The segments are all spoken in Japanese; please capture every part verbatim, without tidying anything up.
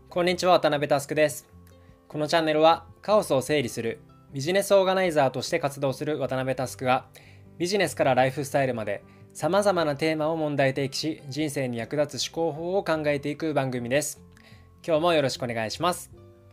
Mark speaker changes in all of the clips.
Speaker 1: こんにちは、渡辺佑です。このチャンネルはカオスを整理するビジネスオーガナイザーとして活動する渡辺佑がビジネスからライフスタイルまで様々なテーマを問題提起し、人生に役立つ思考法を考えていく番組です。今日もよろしくお願いします。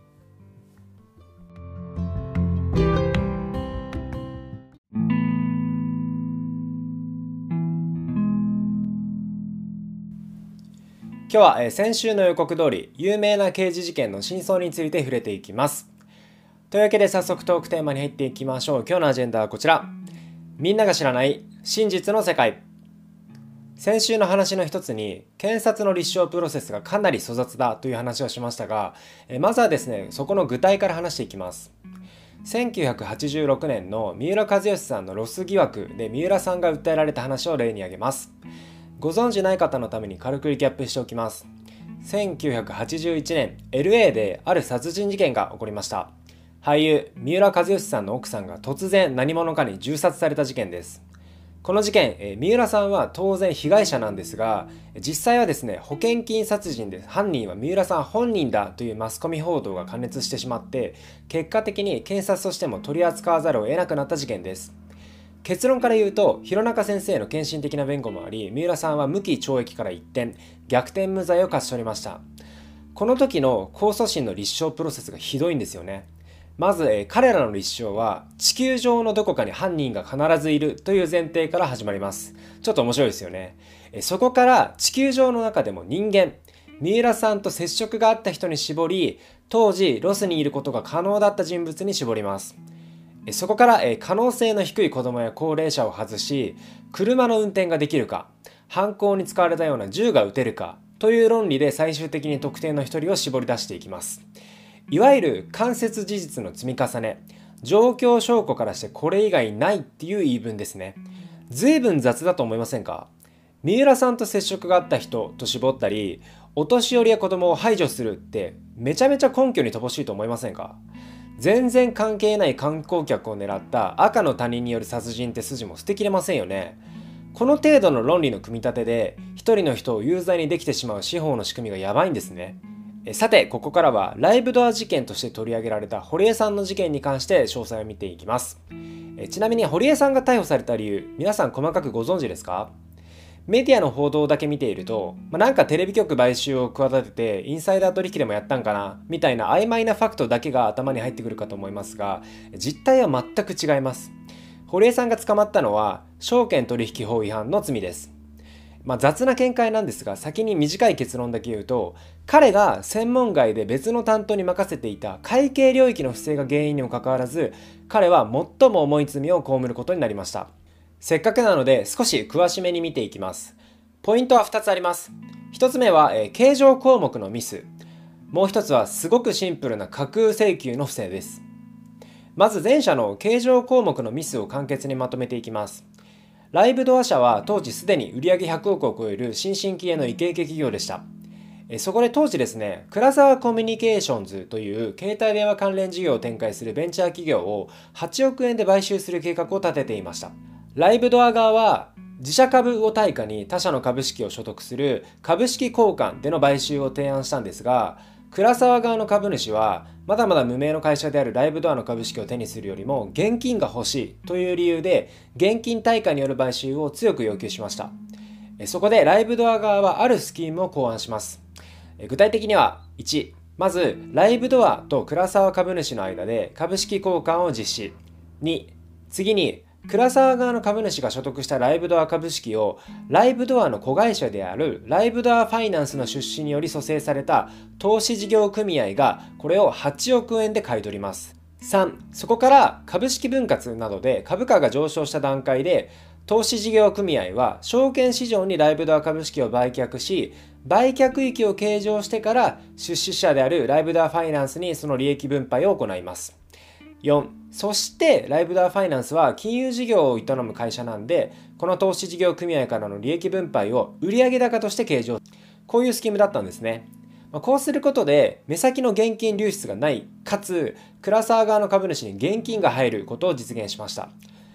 Speaker 1: 今日は、えー、先週の予告通り有名な刑事事件の真相について触れていきます。というわけで早速トークテーマに入っていきましょう。今日のアジェンダはこちら。みんなが知らない真実の世界。先週の話の一つに検察の立証プロセスがかなり粗雑だという話をしましたが、えー、まずはですねそこの具体から話していきます。せんきゅうひゃくはちじゅうろくねんの三浦知良さんのロス疑惑で三浦さんが訴えられた話を例に挙げます。ご存知ない方のために軽くリキャップしておきます。せんきゅうひゃくはちじゅういちねん エルエー である殺人事件が起こりました。俳優三浦知良さんの奥さんが突然何者かに銃殺された事件です。この事件、え三浦さんは当然被害者なんですが、実際はですね保険金殺人で犯人は三浦さん本人だというマスコミ報道が過熱してしまって、結果的に検察としても取り扱わざるを得なくなった事件です。結論から言うと、弘中先生の献身的な弁護もあり、三浦さんは無期懲役から一転、逆転無罪を勝ち取りました。この時の控訴審の立証プロセスがひどいんですよね。まず、えー、彼らの立証は、地球上のどこかに犯人が必ずいるという前提から始まります。ちょっと面白いですよね。えー、そこから地球上の中でも人間、三浦さんと接触があった人に絞り、当時ロスにいることが可能だった人物に絞ります。そこから可能性の低い子供や高齢者を外し、車の運転ができるか、犯行に使われたような銃が撃てるかという論理で最終的に特定の一人を絞り出していきます。いわゆる間接事実の積み重ね、状況証拠からしてこれ以外ないっていう言い分ですね。随分雑だと思いませんか？三浦さんと接触があった人と絞ったり、お年寄りや子供を排除するってめちゃめちゃ根拠に乏しいと思いませんか？全然関係ない観光客を狙った赤の他人による殺人って筋も捨てきれませんよね。この程度の論理の組み立てで一人の人を有罪にできてしまう司法の仕組みがやばいんですね。えさて、ここからはライブドア事件として取り上げられた堀江さんの事件に関して詳細を見ていきます。えちなみに堀江さんが逮捕された理由、皆さん細かくご存知ですか？メディアの報道だけ見ていると、まあ、なんかテレビ局買収を企ててインサイダー取引でもやったんかなみたいな曖昧なファクトだけが頭に入ってくるかと思いますが、実態は全く違います。堀江さんが捕まったのは証券取引法違反の罪です。まあ、雑な見解なんですが、先に短い結論だけ言うと、彼が専門外で別の担当に任せていた会計領域の不正が原因にもかかわらず、彼は最も重い罪を被ることになりました。せっかくなので少し詳しめに見ていきます。ポイントはふたつあります。ひとつめは、えー、計上項目のミス。もうひとつはすごくシンプルな架空請求の不正です。まず前者の計上項目のミスを簡潔にまとめていきます。ライブドア社は当時すでに売上ひゃくおくを超える新進気鋭のイケイケ企業でした。そこで当時ですね、倉沢コミュニケーションズという携帯電話関連事業を展開するベンチャー企業をはちおくえんで買収する計画を立てていました。ライブドア側は自社株を対価に他社の株式を所得する株式交換での買収を提案したんですが、倉沢側の株主はまだまだ無名の会社であるライブドアの株式を手にするよりも現金が欲しいという理由で現金対価による買収を強く要求しました。そこでライブドア側はあるスキームを考案します。具体的にはいち、まずライブドアと倉沢株主の間で株式交換を実施。に、次に倉沢側の株主が所得したライブドア株式をライブドアの子会社であるライブドアファイナンスの出資により蘇生された投資事業組合がこれをはちおくえんで買い取ります。さん、そこから株式分割などで株価が上昇した段階で投資事業組合は証券市場にライブドア株式を売却し、売却益を計上してから出資者であるライブドアファイナンスにその利益分配を行います。よん、そしてライブドアファイナンスは金融事業を営む会社なんで、この投資事業組合からの利益分配を売上高として計上。こういうスキームだったんですね。こうすることで目先の現金流出がない、かつ倉沢側の株主に現金が入ることを実現しました。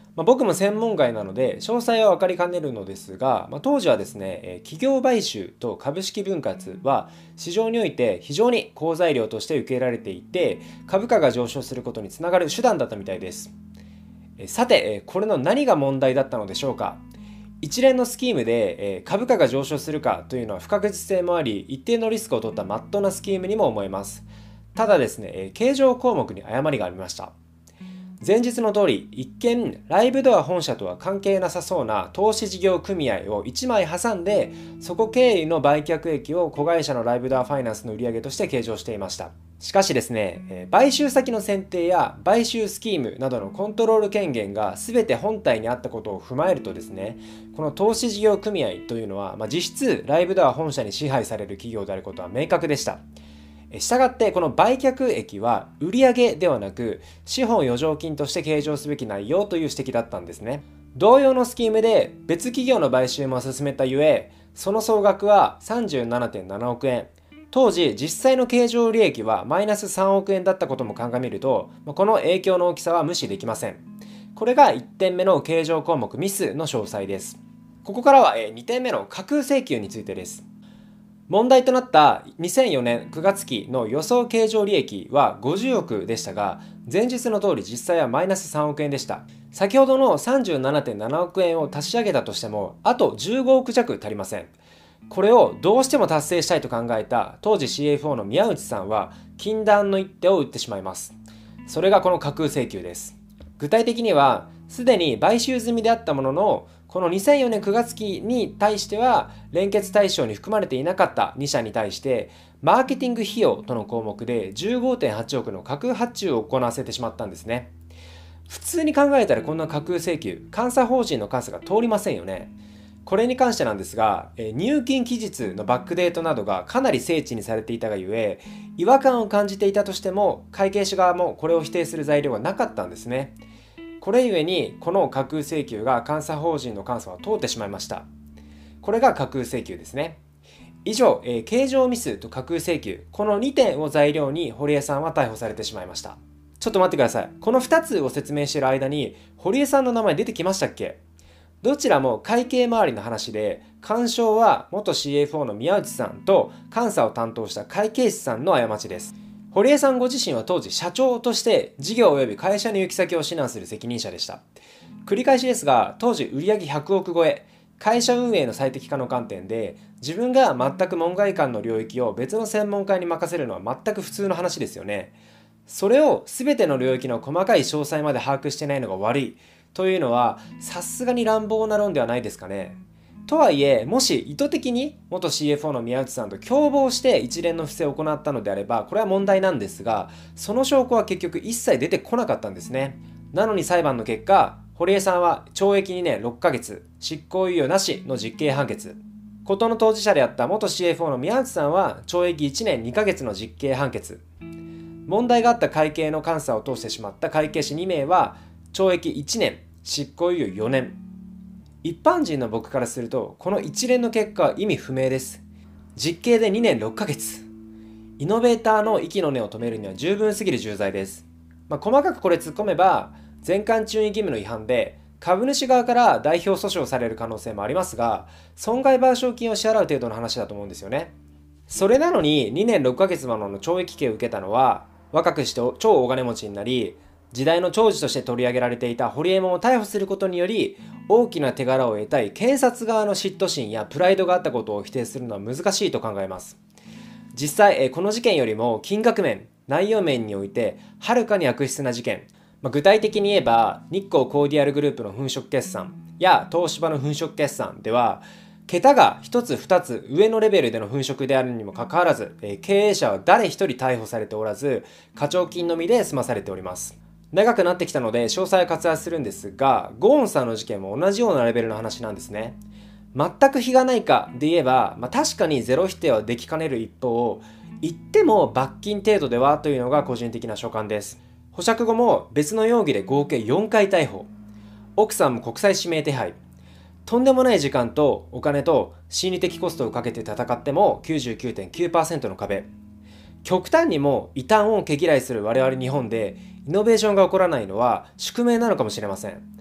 Speaker 1: まあ、僕も専門外なので詳細は分かりかねるのですが、まあ、当時はですね、企業買収と株式分割は市場において非常に好材料として受け入れられていて、株価が上昇することにつながる手段だったみたいです。さて、これの何が問題だったのでしょうか。一連のスキームで株価が上昇するかというのは不確実性もあり、一定のリスクを取った真っ当なスキームにも思えます。ただですね、計上項目に誤りがありました。前日の通り、一見ライブドア本社とは関係なさそうな投資事業組合をいちまい挟んで、そこ経由の売却益を子会社のライブドアファイナンスの売上として計上していました。しかしですね、買収先の選定や買収スキームなどのコントロール権限が全て本体にあったことを踏まえるとですね、この投資事業組合というのは、まあ、実質ライブドア本社に支配される企業であることは明確でした。したがってこの売却益は売上ではなく資本余剰金として計上すべき内容という指摘だったんですね。同様のスキームで別企業の買収も進めたゆえ、その総額は さんじゅうななてんななおくえん、当時実際の計上利益はマイナスさんおくえんだったことも鑑みると、この影響の大きさは無視できません。これがいってんめの計上項目ミスの詳細です。ここからはにてんめの架空請求についてです。問題となったにせんよねんくがつ期の予想計上利益はごじゅうおくでしたが、前日の通り実際はマイナスさんおくえんでした。先ほどの さんじゅうななてんななおくえんを足し上げたとしても、あとじゅうごおく弱足りません。これをどうしても達成したいと考えた当時 シーエフオー の宮内さんは禁断の一手を打ってしまいます。それがこの架空請求です。具体的には、すでに買収済みであったものの、このにせんよねんくがつ期に対しては連結対象に含まれていなかったにしゃに対して、マーケティング費用との項目で じゅうごてんはちおくの架空発注を行わせてしまったんですね。普通に考えたらこんな架空請求、監査法人の監査が通りませんよね。これに関してなんですが、入金期日のバックデートなどがかなり精緻にされていたがゆえ、違和感を感じていたとしても、会計士側もこれを否定する材料がなかったんですね。これゆえに、この架空請求が監査法人の監査は通ってしまいました。これが架空請求ですね。以上、えー、計上ミスと架空請求、このにてんを材料に堀江さんは逮捕されてしまいました。ちょっと待ってください。このふたつを説明している間に、堀江さんの名前出てきましたっけ？どちらも会計周りの話で、監証は元 シーエフオー の宮内さんと監査を担当した会計士さんの過ちです。堀江さんご自身は当時社長として事業及び会社の行き先を指南する責任者でした。繰り返しですが、当時売上ひゃくおく超え、会社運営の最適化の観点で自分が全く門外漢の領域を別の専門家に任せるのは全く普通の話ですよね。それを全ての領域の細かい詳細まで把握してないのが悪いというのはさすがに乱暴な論ではないですかね。とはいえ、もし意図的に元 シーエフオー の宮内さんと共謀して一連の不正を行ったのであれば、これは問題なんですが、その証拠は結局一切出てこなかったんですね。なのに裁判の結果、堀江さんは懲役にねんろっかげつ、執行猶予なしの実刑判決。事の当事者であった元 シーエフオー の宮内さんは懲役いちねんにかげつの実刑判決。問題があった会計の監査を通してしまった会計士にめいは懲役いちねん、執行猶予よねん。一般人の僕からすると、この一連の結果は意味不明です。実刑でにねんろっかげつ。イノベーターの息の根を止めるには十分すぎる重罪です。まあ、細かくこれ突っ込めば、全館注意義務の違反で、株主側から代表訴訟される可能性もありますが、損害賠償金を支払う程度の話だと思うんですよね。それなのににねんろっかげつものの懲役刑を受けたのは、若くして超大金持ちになり、時代の寵児として取り上げられていた堀江門を逮捕することにより、大きな手柄を得たい検察側の嫉妬心やプライドがあったことを否定するのは難しいと考えます。実際、この事件よりも金額面、内容面においてはるかに悪質な事件。まあ、具体的に言えば、日光コーディアルグループの粉飾決算や東芝の粉飾決算では、桁がひとつふたつ上のレベルでの粉飾であるにもかかわらず、経営者は誰一人逮捕されておらず、課徴金のみで済まされております。長くなってきたので詳細は割愛するんですが、ゴーンさんの事件も同じようなレベルの話なんですね。全く非がないかで言えば、まあ、確かにゼロ否定はできかねる一方、言っても罰金程度ではというのが個人的な所感です。保釈後も別の容疑で合計よんかい逮捕。奥さんも国際指名手配。とんでもない時間とお金と心理的コストをかけて戦っても きゅうじゅうきゅうてんきゅうパーセント の壁。極端にも異端を毛嫌いする我々日本でイノベーションが起こらないのは宿命なのかもしれません。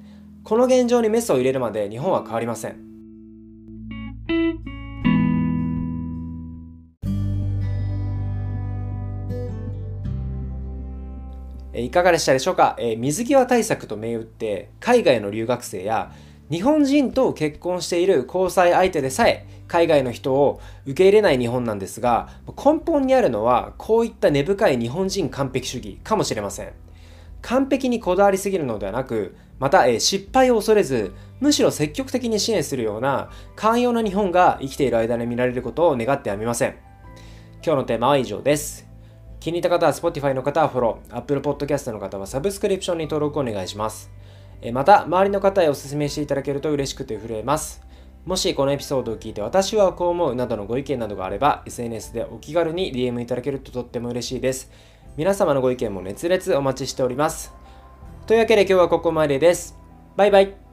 Speaker 1: この現状にメスを入れるまで日本は変わりません。いかがでしたでしょうか。えー、水際対策と銘打って海外の留学生や日本人と結婚している交際相手でさえ海外の人を受け入れない日本なんですが、根本にあるのはこういった根深い日本人完璧主義かもしれません。完璧にこだわりすぎるのではなく、また、えー、失敗を恐れず、むしろ積極的に支援するような寛容な日本が生きている間に見られることを願ってはみません。今日のテーマは以上です。気に入った方は Spotify の方はフォロー、Apple Podcast の方はサブスクリプションに登録お願いします。また、周りの方へお勧めしていただけると嬉しくて震えます。もしこのエピソードを聞いて私はこう思うなどのご意見などがあれば エスエヌエス でお気軽に ディーエム いただけるととっても嬉しいです。皆様のご意見も熱烈お待ちしております。というわけで今日はここまでです。バイバイ。